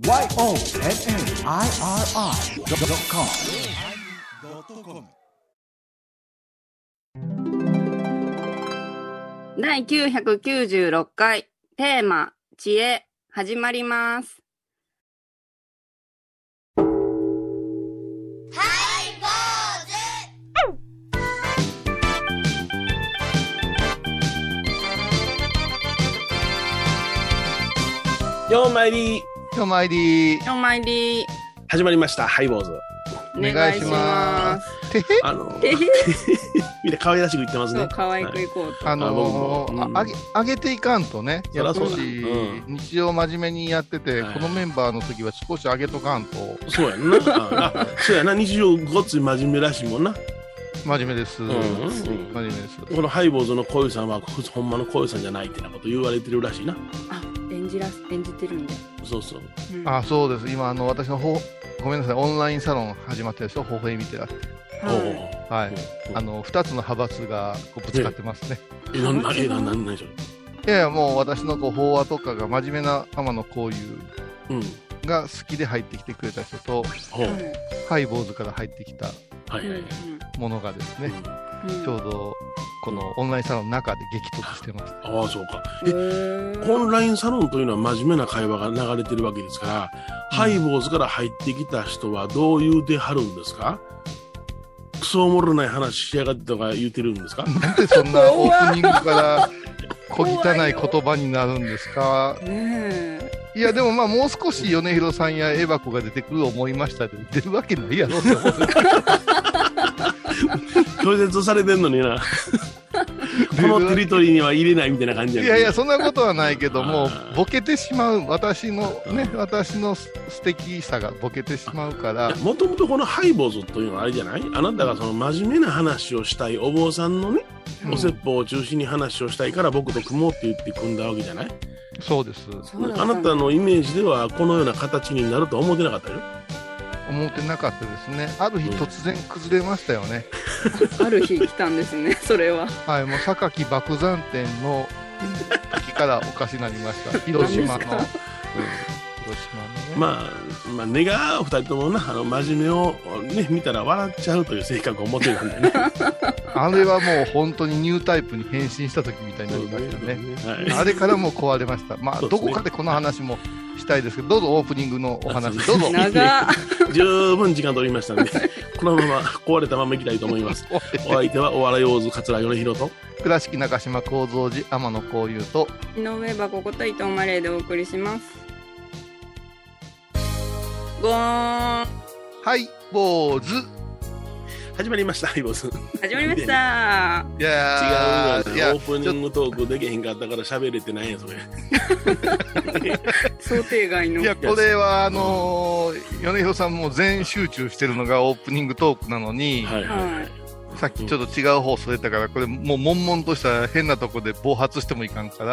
YONNIRI.com 第996回テーマ知恵始まります。 ようまいり今日参りお参り始まりました。ハイボーズ。 お願いします。 みんな可愛らしく言ってますね。 そう可愛くいこうと、 上げていかんとね、やっぱし、日常真面目にやってて、このメンバーの時は少し上げとかんと。 そうやんな。そうやな。日常ごっつい真面目らしいもんな。 真面目です。真面目です。 このハイボーズの恋さんはほんまの恋さんじゃないってなこと言われてるらしいな。 演じてるんで。 そうそう。 そうです。今私のごめんなさい、オンラインサロン始まったでしょ。微笑みてらって。はい。2つの派閥がぶつかってますね。 何でしょう。 いやもう私の法話とかが真面目な天野幸雄が好きで入ってきてくれた人と、ハイボーズから入ってきたものがですね、ちょうどこのオンラインサロンの中で激突してます。 そうか。オンラインサロンというのは真面目な会話が流れてるわけですから、ハイボーズから入ってきた人はどう言うてはるんですか？クソおもろない話しやがってとか言うてるんですか？ なんでそんなオープニングから小汚い言葉になるんですか？いやでももう少し米広さんやエバコが出てくる思いましたけど、出るわけないやろって思う。 拒絶されてんのにな。このテリトリーには入れないみたいな感じやね。 いやそんなことはないけども、ボケてしまう私の素敵さがボケてしまうから。 もともとこのハイボーズというのはあれじゃない？あなたがその真面目な話をしたいお坊さんのね、お説法を中心に話をしたいから僕と組もうって言って組んだわけじゃない？ そうです。 あなたのイメージではこのような形になるとは思ってなかったよ。 思ってなかったですね。ある日突然崩れましたよね。 ある日来たんですね。それははい、もう榊爆山店の時からおかしになりました。広島の広島のね。 根が二人ともな真面目をね見たら笑っちゃうという性格を持ってたんだよね。 あれはもう本当にニュータイプに変身した時みたいになりましたね。あれからもう壊れました。どこかでこの話もしたいですけど、どうぞオープニングのお話どうぞ。 十分時間取りましたので、このまま壊れたままいきたいと思います。お相手はお笑い坊主桂米広と倉敷中島幸三寺天野幸雄と井上箱こと伊藤マレーでお送りします。ゴーンハイボーズ始まりました。ハイボーズ始まりました。 いや違うよ、オープニングトークできへんかったから喋れてないやそれ。 想定外の。 いやこれは米広さんも全集中してるのがオープニングトークなのに、さっきちょっと違う方それたから、これもう悶々とした変なとこで暴発してもいかんから、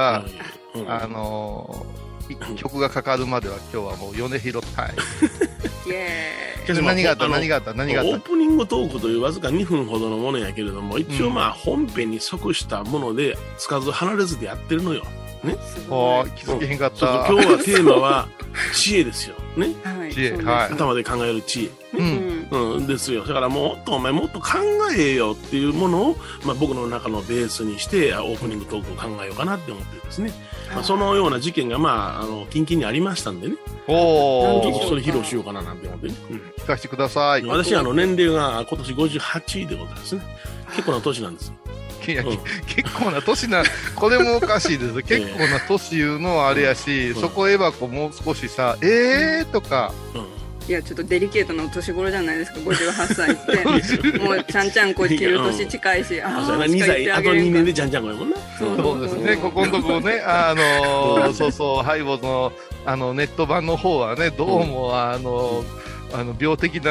曲がかかるまでは今日はもう米広タイム。何があったオープニングトークというわずか2分ほどのものやけれども、一応本編に即したものでつかず離れずでやってるのよね。 気づけへんかった。 今日はテーマは知恵ですよね。 知恵、 頭で考える知恵、ですよ。だからもっと考えようっていうものを、僕の中のベースにしてオープニングトークを考えようかなって思ってですね、そのような事件が近々にありましたんでね、ちょっとそれ披露しようかななんて思ってね、 聞かせてください。 私年齢が今年58でございますね。結構な年なんです。 結構な年これもおかしいです。結構な年言うのはあれやし、そこエバコもう少しさとか、 いやちょっとデリケートな年頃じゃないですか。58歳ってもうちゃんちゃんこ切る年近いし、 2歳あと2年でちゃんちゃんこやもんな。 そうですね。ここのとこね、そうハイボーズのネット版の方はね、どうも病気の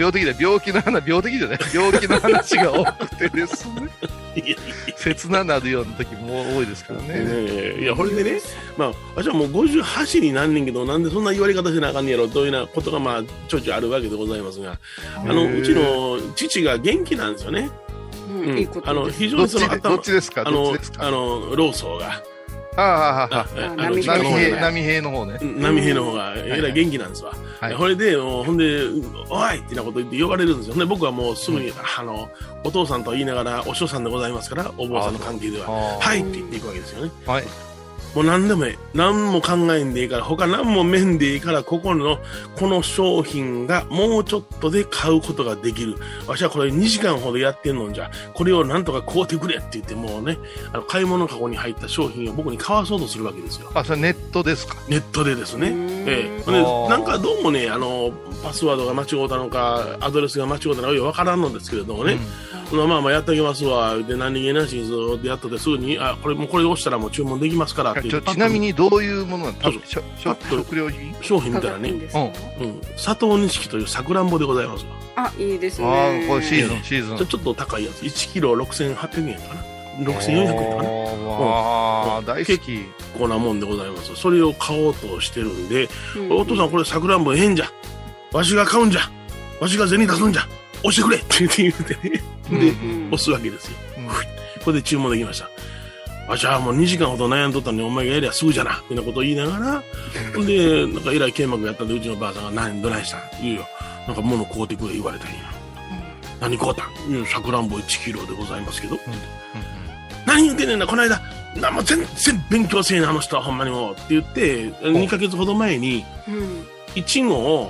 話が多くてですね。切ななるような時も多いですからね。 いやこれでね、私はもう58になんねんけど、なんでそんな言われ方しなあかんねやろというようなことがちょいちょいあるわけでございますが、うちの父が元気なんですよね。非常にどっちですか？ 老僧が波平の方ね。 波平の方がえらい元気なんですわ。これで、ほんで、おいってなこと言って呼ばれるんですよ。で、僕はもうすぐに、お父さんと言いながら、お師匠さんでございますから、お坊さんの関係では、はいって言っていくわけですよね。はい。もう何でもええ。何も考えんでいいから、他何も面でいいから、この商品がもうちょっとで買うことができる。わしはこれ2時間ほどやってんのんじゃ、これをなんとか買うてくれって言ってもうね、買い物カゴに入った商品を僕に買わそうとするわけですよ。 それネットですか？ ネットでですね。なんかどうもね、パスワードが間違うたのか、アドレスが間違うたのかよくわからんのですけれどもね。まあやってあげますわ。で、何気なしにずっとやっとってすぐに、これ押したらもう注文できますからって。 ちなみにどういうものなんですか？食料品？ 商品見たらね、佐藤錦というさくらんぼでございますわ。いいですね。 これシーズン。 ちょっと高いやつ。1キロ6800円かな。6400円かな。 大好き。 結構なもんでございます。それを買おうとしてるんで、お父さんこれさくらんぼええんじゃ。わしが買うんじゃ。わしが銭出すんじゃ。押してくれって言ってね。で、押すわけですよ。これで注文できました。わしはもう2時間ほど悩んどったのにお前がやりゃすぐじゃな。みたいなことを言いながら、で、なんかえらい剣幕やったんで、うちのばあさんがどないしたん言うよ。なんか物買うてくれ言われたんや。何買うたん？さくらんぼ1キロでございますけど。何言ってんねんな、この間。もう全然勉強せえな、あの人はほんまにもう。って言って、2ヶ月ほど前に、イチゴを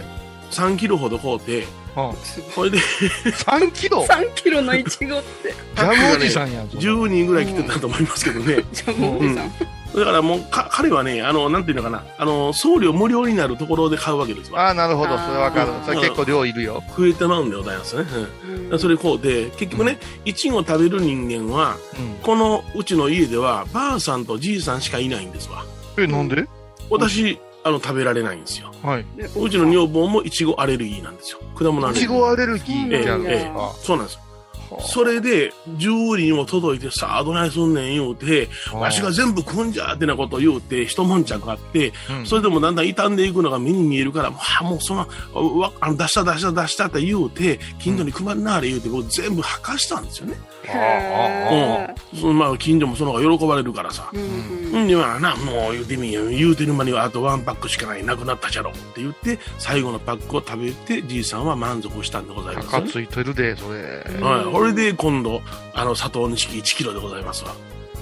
3キロほど買うて、これで 3キロ 3キロのイチゴってジャムおじさんやん。 10人ぐらい来てたと思いますけどね。 ジャムおじさん。 だからもう彼はね、なんていうのかな、送料無料になるところで買うわけですわ。 なるほど、それわかる。それ結構量いるよ。 増えてまうんでございますね。それこうで、結局ね、イチゴ食べる人間は、このうちの家では、ばあさんとじいさんしかいないんですわ。 なんで？ 私、食べられないんですよ。うちの女房もイチゴアレルギーなんですよ。果物アレルギー。 イチゴアレルギーそうなんです。それで、10人も届いてさあ、どないすんねん言うて、わしが全部食うんじゃってなことを言うて、一悶着あって、それでもだんだん傷んでいくのが目に見えるから、もう出したって言うて、近所に配るなあれ言うて、僕全部吐かしたんですよね。まあ、近所もその方が喜ばれるからさ。ではな、もう言うてみよ。言うてる間にはあと1パックしかない、なくなったじゃろって言って、最後のパックを食べて、じいさんは満足したんでございます、ね。 高ついてるで、それ。 これで今度、佐藤錦1キロでございますわ。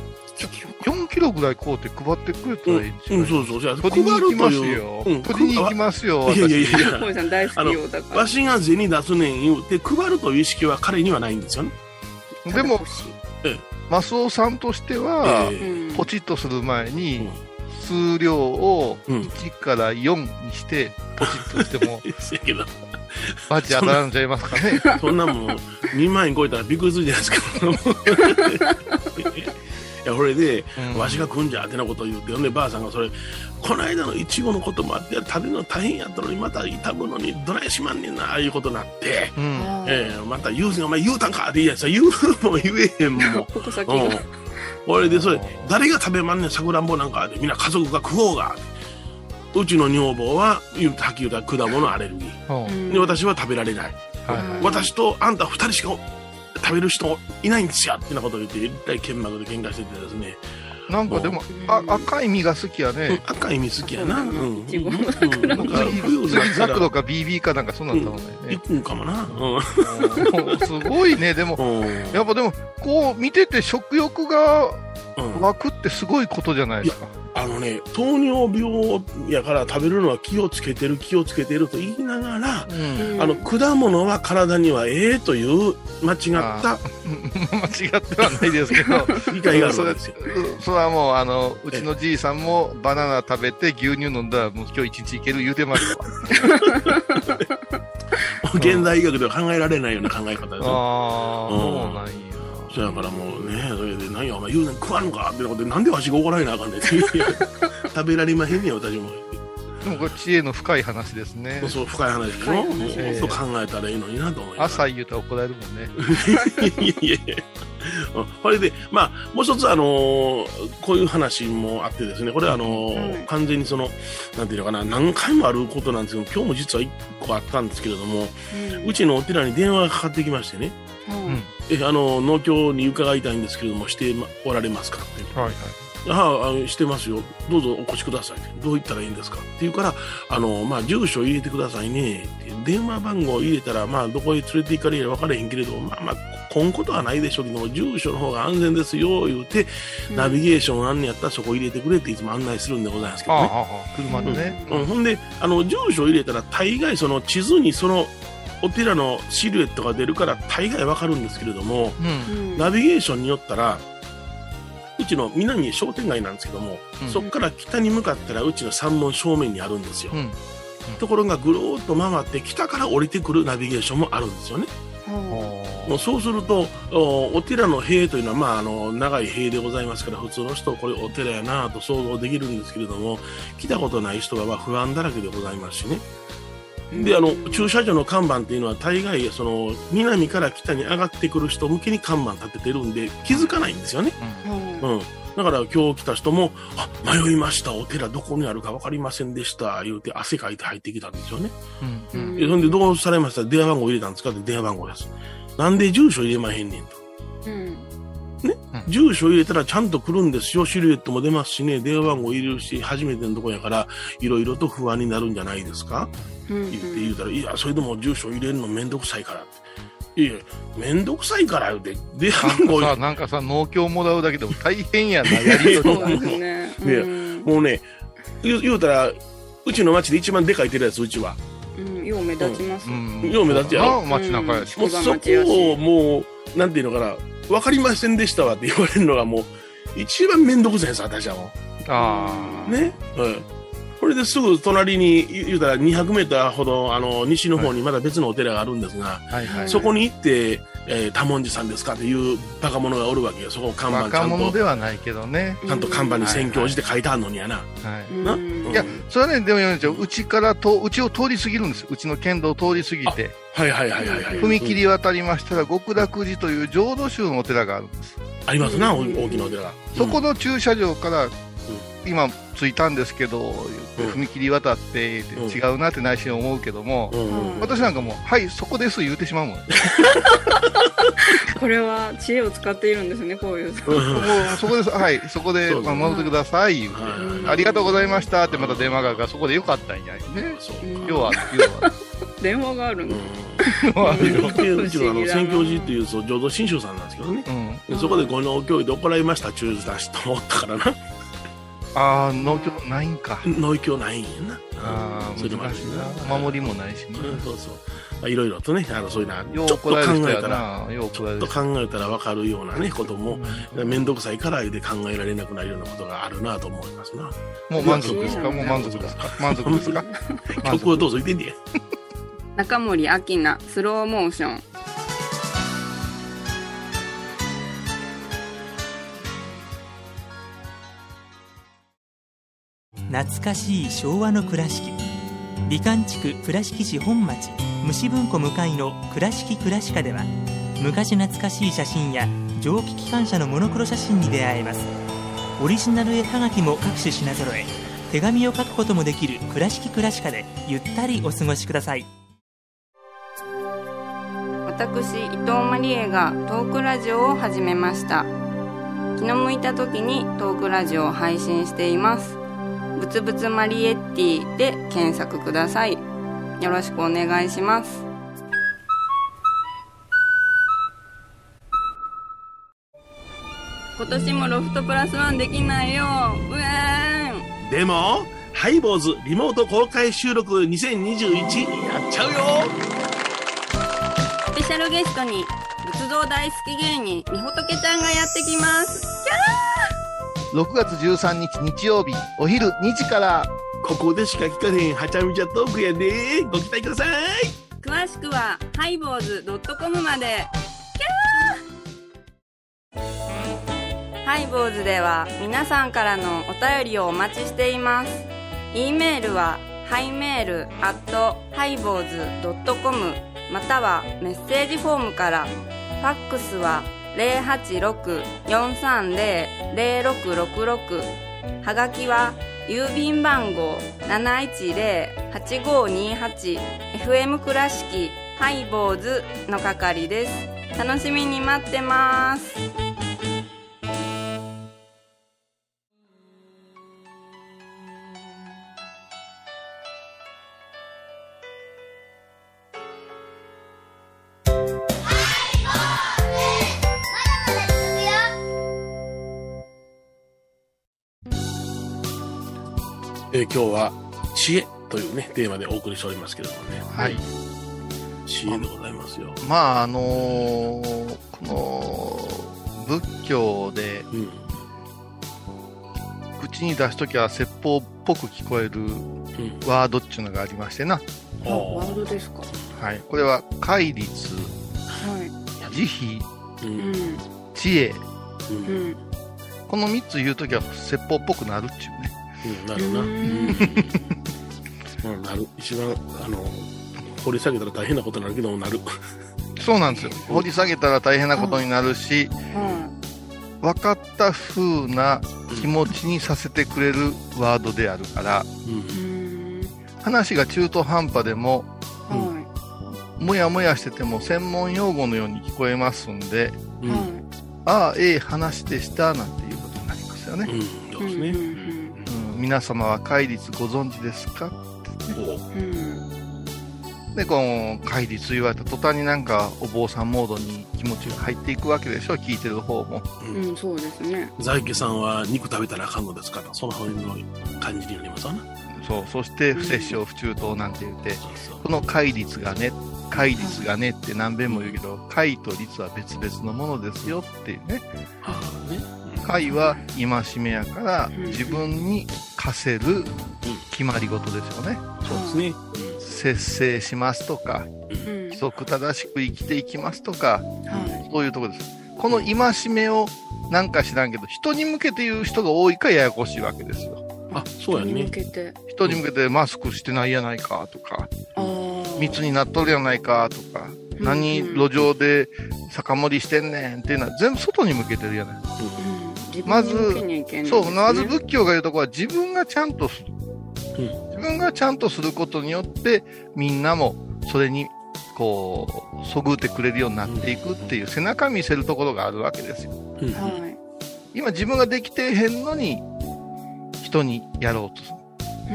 4キロぐらい買うて配ってくれたらいいですよ。 そうそう。じゃあ、 取りに行きますよ。取りに行きますよ。 いや。 小さん大好きよ、だから。 わしが銭出すねん言うて、配るという意識は彼にはないんですよね。 でも、マスオさんとしては、ポチッとする前に、数量を1から4にして、ポチッとしても、バチ当たらんちゃいますかね。 そんなもん、2万円超えたらびっくりするじゃないですか。いや、これで、わしが食うんじゃってなことを言って、ほんで、ばあさんがそれ、この間のイチゴのこともあって、食べるの大変やったのに、また傷むのにどないしまんねんな、ああいうことになって、また言うて、お前言うたんかって言いやつ、言うも言えへんもん。これで、それ、誰が食べまんねん、さくらんぼなんかで、みんな家族が食おうが。うちの女房は、はっきり言うたら果物アレルギー。で、私は食べられない。私とあんた2人しか食べる人いないんですよってなことを言って、一体剣幕で喧嘩しててですね。 なんかでも、赤い実が好きやね。 赤い実好きやな。 いちごの桜なんか、ザクロか BB かなんかそうなんだろうね。 行くんかもな。 すごいね、でも、やっぱでも、こう見てて食欲が湧くってすごいことじゃないですか。 糖尿病やから食べるのは気をつけてると言いながら、果物は体にはええという間違った間違ってはないですけど理解があるんですよ。 それはもううちのじいさんもバナナ食べて牛乳飲んだらもう今日一日いける言うてましたわ。 現代医学では考えられないような考え方ですよ。 そうなんや。 だからもうね、それで何やお前言うねん食わんのかってなことで、なんでわしが怒られなあかんねんって食べられまへんねん私も。 でもこれ知恵の深い話ですね。 そう深い話でしょ。もっと考えたらいいのになと思います。 朝言うたら怒られるもんね。 いやこれでまあもう一つこういう話もあってですね、これは完全になんていうのかな、何回もあることなんですけど、今日も実は1個あったんですけれども、うちのお寺に電話がかかってきましてね。農協に伺いたいんですけれども、しておられますかっていう。 してますよ。どうぞお越しください。どう言ったらいいんですかって言うから、住所入れてくださいね。電話番号入れたら、どこへ連れて行かれるか分からへんけれど、こんことはないでしょうけども、住所の方が安全ですよ、言うて、ナビゲーションあんねやったらそこ入れてくれっていつも案内するんでございますけどね。 車でね。 ほんで、住所入れたら、大概その地図にその、お寺のシルエットが出るから大概わかるんですけれども、ナビゲーションによったら、うちの南商店街なんですけども、そこから北に向かったらうちの山門正面にあるんですよ。ところがぐるーっと回って北から降りてくるナビゲーションもあるんですよね。もうそうするとお寺の塀というのは、長い塀でございますから、普通の人これお寺やなと想像できるんですけれども、来たことない人は不安だらけでございますしね。で駐車場の看板っていうのは大概その南から北に上がってくる人向けに看板立ててるんで気づかないんですよね。だから今日来た人も迷いました、お寺どこにあるか分かりませんでした言うて汗かいて入ってきたんですよね。そんでどうされました、電話番号入れたんですかって、電話番号です。なんで住所入れまへんねんと。住所入れたらちゃんと来るんですよ、シルエットも出ますしね、電話番号入れるし、初めてのとこやからいろいろと不安になるんじゃないですか、言うたら、いやそれでも住所入れるのめんどくさいからって。いやめんどくさいから言うて電話番号なんかさ農協もらうだけでも大変やな、やりとりがもうね言うたらうちの町で一番でかい寺です、うちは。 よう目立ちます。 よう目立つやろ。 町中やし。 もうそこをもうなんていうのかな、分かりませんでしたわって言われるのがもう一番めんどくさいです、私はもう。ね。これですぐ隣に言うたら200メーターほど西の方にまだ別のお寺があるんですが、そこに行って多聞寺さんですかっていうバカ者がおるわけよ。そこ看板ちゃんと。 バカ者ではないけどね。 ちゃんと看板に宣教寺って書いてあるのにやな。 いや、それはね、でもうちを通り過ぎるんです。うちの県道を通り過ぎて。踏切渡りましたら極楽寺という浄土宗のお寺があるんです。 ありますな、大きなお寺が。 そこの駐車場から今着いたんですけど、踏切渡って違うなって内心思うけども、私なんかもうはいそこです言うてしまうもん。 これは知恵を使っているんですね、こういう。もうそこです、はいそこで戻ってください言うて、ありがとうございましたってまた電話があるから、そこでよかったんやね。要は電話があるの。 うちの宣教寺っていう浄土真宗さんなんですけどね。そこでご農協医で怒られました、中止だしと思ったからな。農協ないんか。農協ないんやな。 それもあるしな。守りもないしね。 いろいろとね、そういうのはちょっと考えたら分かるようなねことも面倒くさいからで考えられなくなるようなことがあるなと思いますな。 もう満足ですか？もう満足ですか？満足ですか？ 曲をどうぞ言ってんで。 中森明菜スローモーション。 懐かしい昭和の倉敷、美観地区倉敷市本町虫文庫向かいの倉敷倉歯科では、昔懐かしい写真や蒸気機関車のモノクロ写真に出会えます。オリジナル絵はがきも各種品揃え、手紙を書くこともできる倉敷倉歯科でゆったりお過ごしください。 私伊藤マリエがトークラジオを始めました。気の向いた時にトークラジオを配信しています。ぶつぶつマリエッティで検索ください。よろしくお願いします。今年もロフトプラスワンできないよ。 でもハイボーズリモート公開収録2021やっちゃうよ。 スペシャルゲストに仏像大好き芸人みほとけちゃんがやってきます。キャー6月13日日曜日お昼2時から、 ここでしか聞かへんはちゃめちゃトークやで、ご期待ください。 詳しくはハイボーズ .com まで。キャー。ハイボーズでは皆さんからのお便りをお待ちしています。 E メールはハイメール@highboz.com またはメッセージフォームから。ファックスは 086-430-0666、 はがきは郵便番号 710-8528 FM 倉敷ハイボーズの係です。楽しみに待ってます。 今日は知恵というねテーマでお送りしておりますけれどもね。 はい。 知恵でございますよ。 まあこの仏教で、口に出すときは説法っぽく聞こえるワードっていうのがありましてな。 ワードですか。 はい。これは戒律、慈悲、知恵、この3つ言うときは説法っぽくなるっていうね。なるな。なる。一番掘り下げたら大変なことになるけどもなる。 そうなんですよ。掘り下げたら大変なことになるし、分かった風な気持ちにさせてくれるワードであるから、話が中途半端でも、もやもやしてても専門用語のように聞こえますんで、ああ、話でしたなんていうことになりますよね。 そうですね。 皆様は戒律ご存知ですかってね。で、この戒律言われた途端になんかお坊さんモードに気持ちが入っていくわけでしょ、聞いてる方も。 そうですね。 在家さんは肉食べたらあかんのですかと、その辺の感じになりますわな。 そう、そして不摂生不中等なんて言って、この戒律がねって何遍も言うけど、戒と律は別々のものですよっていうね。戒は戒めやから自分に課せる決まり事ですよね。 そうですね。 節制しますとか、規則正しく生きていきますとか、そういうところです。この戒めをなんか知らんけど、人に向けて言う人が多いからややこしいわけですよ。 そうやね。 人に向けてマスクしてないやないかとか、密になっとるやないかとか、何路上で酒盛りしてんねんっていうのは全部外に向けてるやない。まず仏教が言うところは自分がちゃんとする。自分がちゃんとすることによってみんなもそれにこうそぐってくれるようになっていくっていう背中見せるところがあるわけですよ。今自分ができてへんのに人にやろうとする。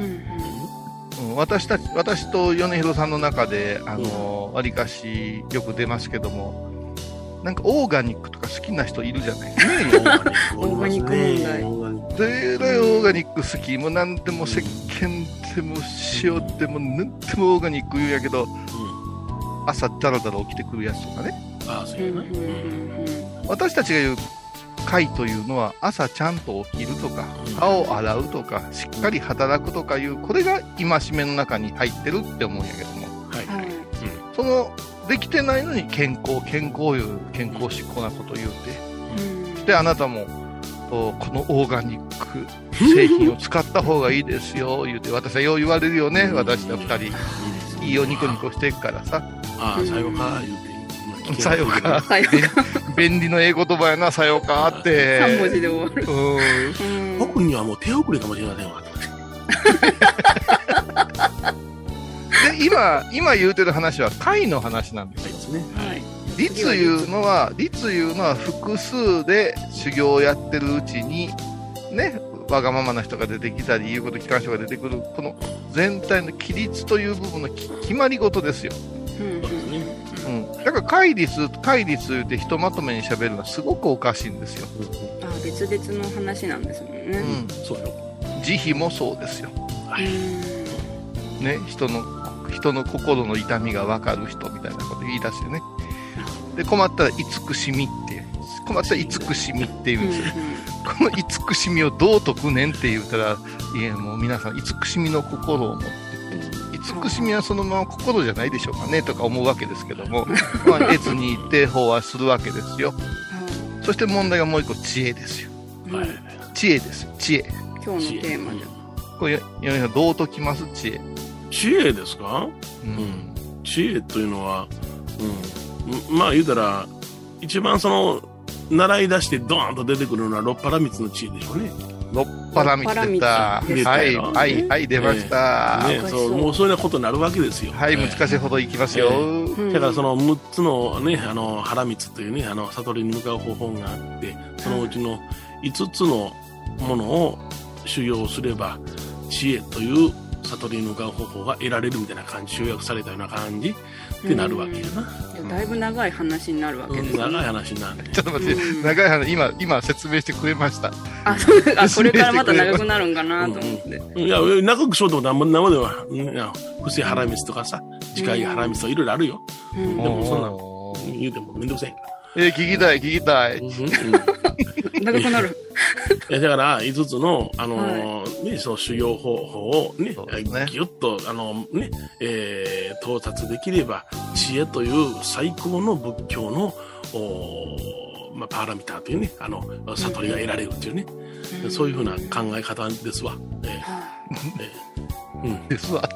私と米広さんの中でわりかしよく出ますけども、なんかオーガニックとか好きな人いるじゃないですか。 オーガニック問題。 でらいオーガニック好き。もう何でも石鹸でも塩でも何でもオーガニック言うんやけど、朝ダラダラ起きてくるやつとかね。私たちが言う戒というのは朝ちゃんと起きるとか、歯を洗うとか、しっかり働くとかいう、これが戒めの中に入ってるって思うんやけども、そのできてないのに健康いう健康志向なこと言うて、であなたもこのオーガニック製品を使った方がいいですよ言うて、私はよう言われるよね。私ら2人いいよニコニコしていくからさ、 さよか言うて、 さよか便利の英言葉やな、さよかって 3文字で終わる。 僕にはもう手遅れかもしれませんわ。 で今言うてる話は戒の話なんですよね。律いうのは複数で修行をやってるうちにね、わがままな人が出てきたり言うこと聞かん人が出てくる、この全体の規律という部分の決まり事ですよ。だから戒律言ってひとまとめに喋るのはすごくおかしいんですよ。 別々の話なんですもんね。 そうよ。 慈悲もそうですよ。ね、人の心の痛みが分かる人みたいなこと言い出してね。で困ったら慈しみって慈しみって言うんですよ。この慈しみをどう解くねんって言ったら、いやもう皆さん慈しみの心を持って慈しみはそのまま心じゃないでしょうかねとか思うわけですけども、越に行って法話するわけですよ。そして問題がもう一個、知恵ですよ。知恵です。知恵。 今日のテーマで。 これどう解きます？知恵。 知恵ですか？知恵というのは、まあ言うたら一番習い出してドーンと出てくるのは六波羅蜜の知恵でしょうね。 六波羅蜜出た。はい出ました。 もうそういうようなことになるわけですよ。 難しいほどいきますよ。 だからその6つのね波羅蜜というね悟りに向かう方法があって、そのうちの5つのものを修行すれば知恵という悟りに向かう方法が得られるみたいな感じ、集約されたような感じってなるわけやな。 だいぶ長い話になるわけですね。 長い話になるね。 ちょっと待って、長い話、今説明してくれました。 これからまた長くなるんかなと思って。 いや、長くしようと思ったら、生では、伏せ腹水とかさ、次回腹水とかいろいろあるよ。でもそんな言うてもめんどくさいから。 聞きたい。 長くなる。 だから、5つの、その修行方法をね、ぎゅっと、到達できれば、知恵という最高の仏教の、パーラミターというね、悟りが得られるっていうね、そういうふうな考え方ですわ。 ですわ。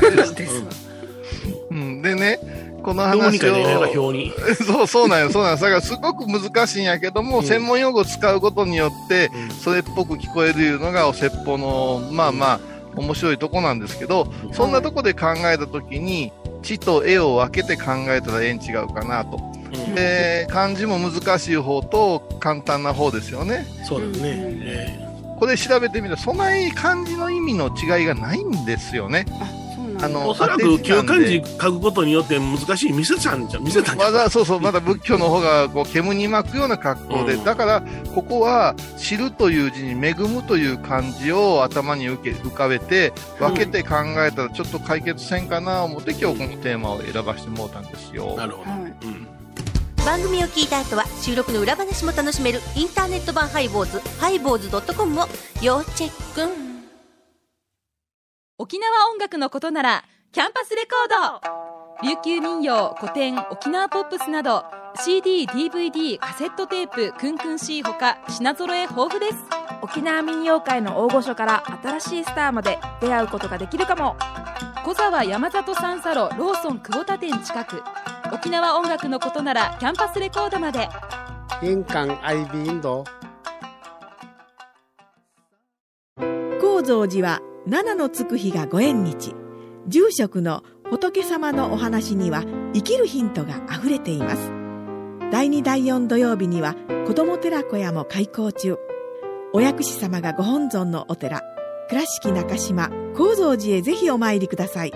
でね、この話を、そうなんよ。だからすごく難しいんやけども、専門用語を使うことによって、それっぽく聞こえるいうのがお説法の、面白いとこなんですけど、そんなとこで考えたときに、知と絵を分けて考えたら違うかなと。漢字も難しい方と簡単な方ですよね。 そうですね。 これ調べてみたら、そんなに漢字の意味の違いがないんですよね。 おそらく旧漢字書くことによって難しい見せたんじゃん。 まだ仏教の方がこう煙に巻くような格好で、だからここは知るという字に恵むという漢字を頭に浮かべて分けて考えたらちょっと解決せんかなと思って今日このテーマを選ばせてもらったんですよ。 なるほど。 番組を聞いた後は収録の裏話も楽しめるインターネット版ハイボーズ、ハイボーズ.com を要チェック。 沖縄音楽のことならキャンパスレコード、琉球民謡、古典、沖縄ポップスなど CD、DVD、カセットテープ、クンクン C ほか品揃え豊富です。 沖縄民謡界の大御所から新しいスターまで出会うことができるかも。 小沢山里三佐路ローソン久保田店近く。沖縄音楽のことならキャンパスレコードまで。 印港 IB インド高蔵寺は七のつく日がご縁日。住職の仏様のお話には生きるヒントがあふれています。第2第4土曜日には子ども寺小屋も開校中。お薬師様がご本尊のお寺、倉敷中島・高蔵寺へぜひお参りください。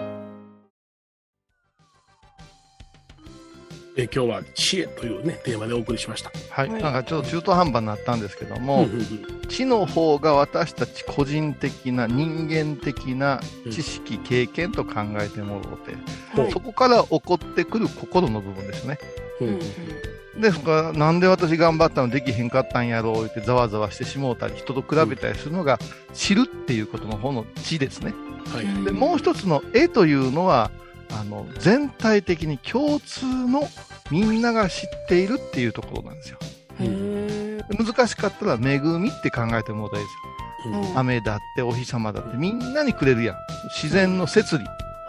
今日は知恵というねテーマでお送りしました。 はい、なんかちょっと中途半端になったんですけども、知の方が私たち個人的な人間的な知識、経験と考えてもらって、そこから起こってくる心の部分ですね。ですからなんで私頑張ったのできへんかったんやろうってざわざわしてしもうたり人と比べたりするのが知るっていうことの方の知ですね。でもう一つの絵というのは全体的に共通のみんなが知っているっていうところなんですよ。難しかったら恵みって考えてもらいたいですよ。雨だってお日様だってみんなにくれるやん。自然の摂理。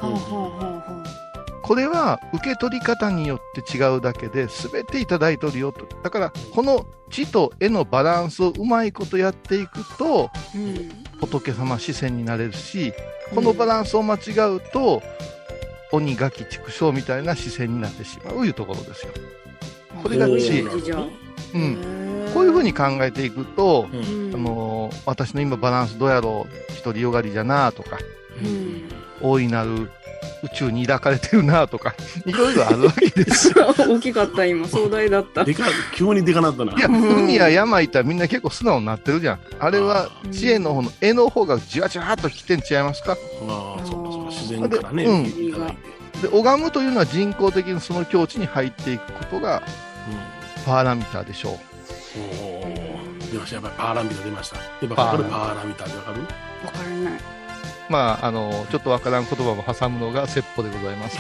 これは受け取り方によって違うだけで全ていただいてるよと。だからこの知と絵のバランスをうまいことやっていくと、仏様視線になれるし、このバランスを間違うと鬼ガキ畜生みたいな視線になってしまういうところですよ。これが知恵。こういうふうに考えていくと、私の今バランスどうやろう、独りよがりじゃなとか、大いなる宇宙に抱かれてるなとか、いろいろあるわけですよ。 大きかった、今壮大だった。 急にでかなったな。 いや、海や山行ったらみんな結構素直になってるじゃん。あれは知恵の方の絵の方がじわじわっと来てんちゃいますか。 そう自然からね。 で拝むというのは人工的にその境地に入っていくことが、パーラミターでしょう。 出ました。やっぱりパーラミター出ました。やっぱ分かる？パーラミターって分かる？ 分からない。 ちょっとわからん言葉も挟むのが説法でございます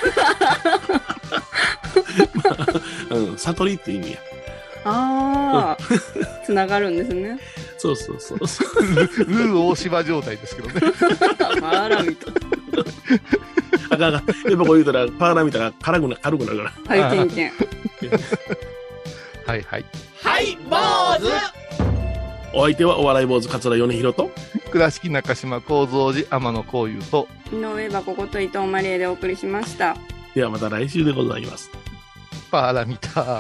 から。悟りって意味や。 つながるんですね。 そう。 ルー大芝状態ですけどね。 パーラミター。 あかん。やっぱこう言うたらパーラミターが軽くなるから。 はい、けんけん。 はい。 はい、坊主。 お相手はお笑い坊主桂米宏と倉敷中島高蔵寺天野幸雄と井上箱こと伊藤マリエでお送りしました。 ではまた来週でございます。 パーラミタ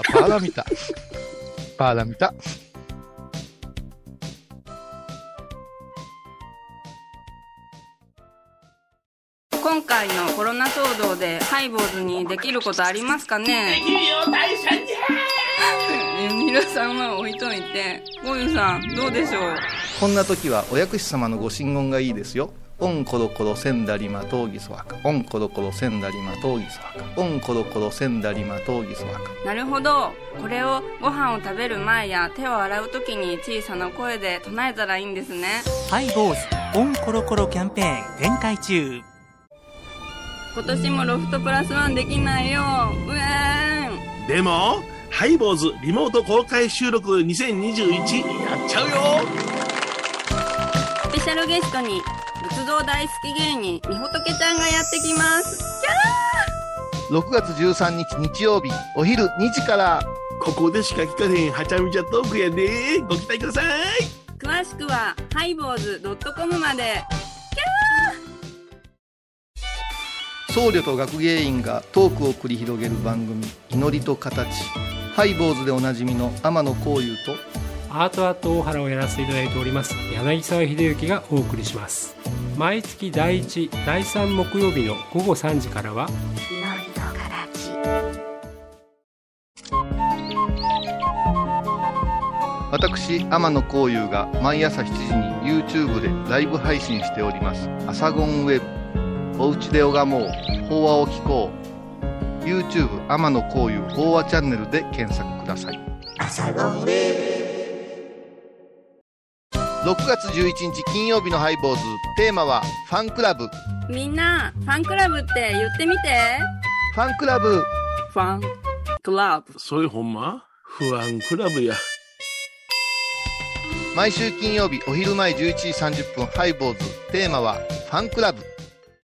今回のコロナ騒動でハイボーズにできることありますかね。 できるよ大社じゃ皆さんは置いといて、ゴユさんどうでしょう。 こんな時はお薬師様のご神言がいいですよ。オンコロコロセンダリマトウギソワカ、オンコロコロセンダリマトウギソワカ、オンコロコロセンダリマトウギソワカ。 なるほど、これをご飯を食べる前や手を洗う時に小さな声で唱えたらいいんですね。 ハイボーズオンコロコロキャンペーン展開中。 今年もロフトプラスワンできないよ。うえーん。 でもハイボーズリモート公開収録2021やっちゃうよ。 スペシャルゲストに仏像大好き芸人みほとけちゃんがやってきます。 6月13日日曜日お昼2時から。 ここでしか聞かへんはちゃめちゃトークやで、ご期待ください。 詳しくはハイボーズ .com まで。 僧侶と学芸員がトークを繰り広げる番組、祈りと形。ハイボーズでおなじみの天野幸雄とアートアート大原をやらせていただいております柳沢秀幸がお送りします。毎月第1、第3木曜日の午後3時からは祈りと形。 私天野幸雄が毎朝7時に YouTube でライブ配信しておりますアサゴンウェブ。おうちで拝もう、法話を聞こう。 YouTube 天野幸雄法話チャンネルで検索ください。 アサゴンウェブ。 6月11日金曜日のハイボーズ、テーマはファンクラブ。 みんなファンクラブって言ってみて。 ファンクラブ。 ファンクラブ。 それほんま不安クラブや。 毎週金曜日お昼前11時30分ハイボーズ、テーマはファンクラブ。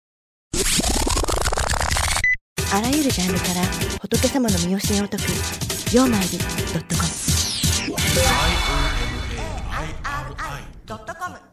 あらゆるジャンルから仏様の身教えを解く曜マイル.com。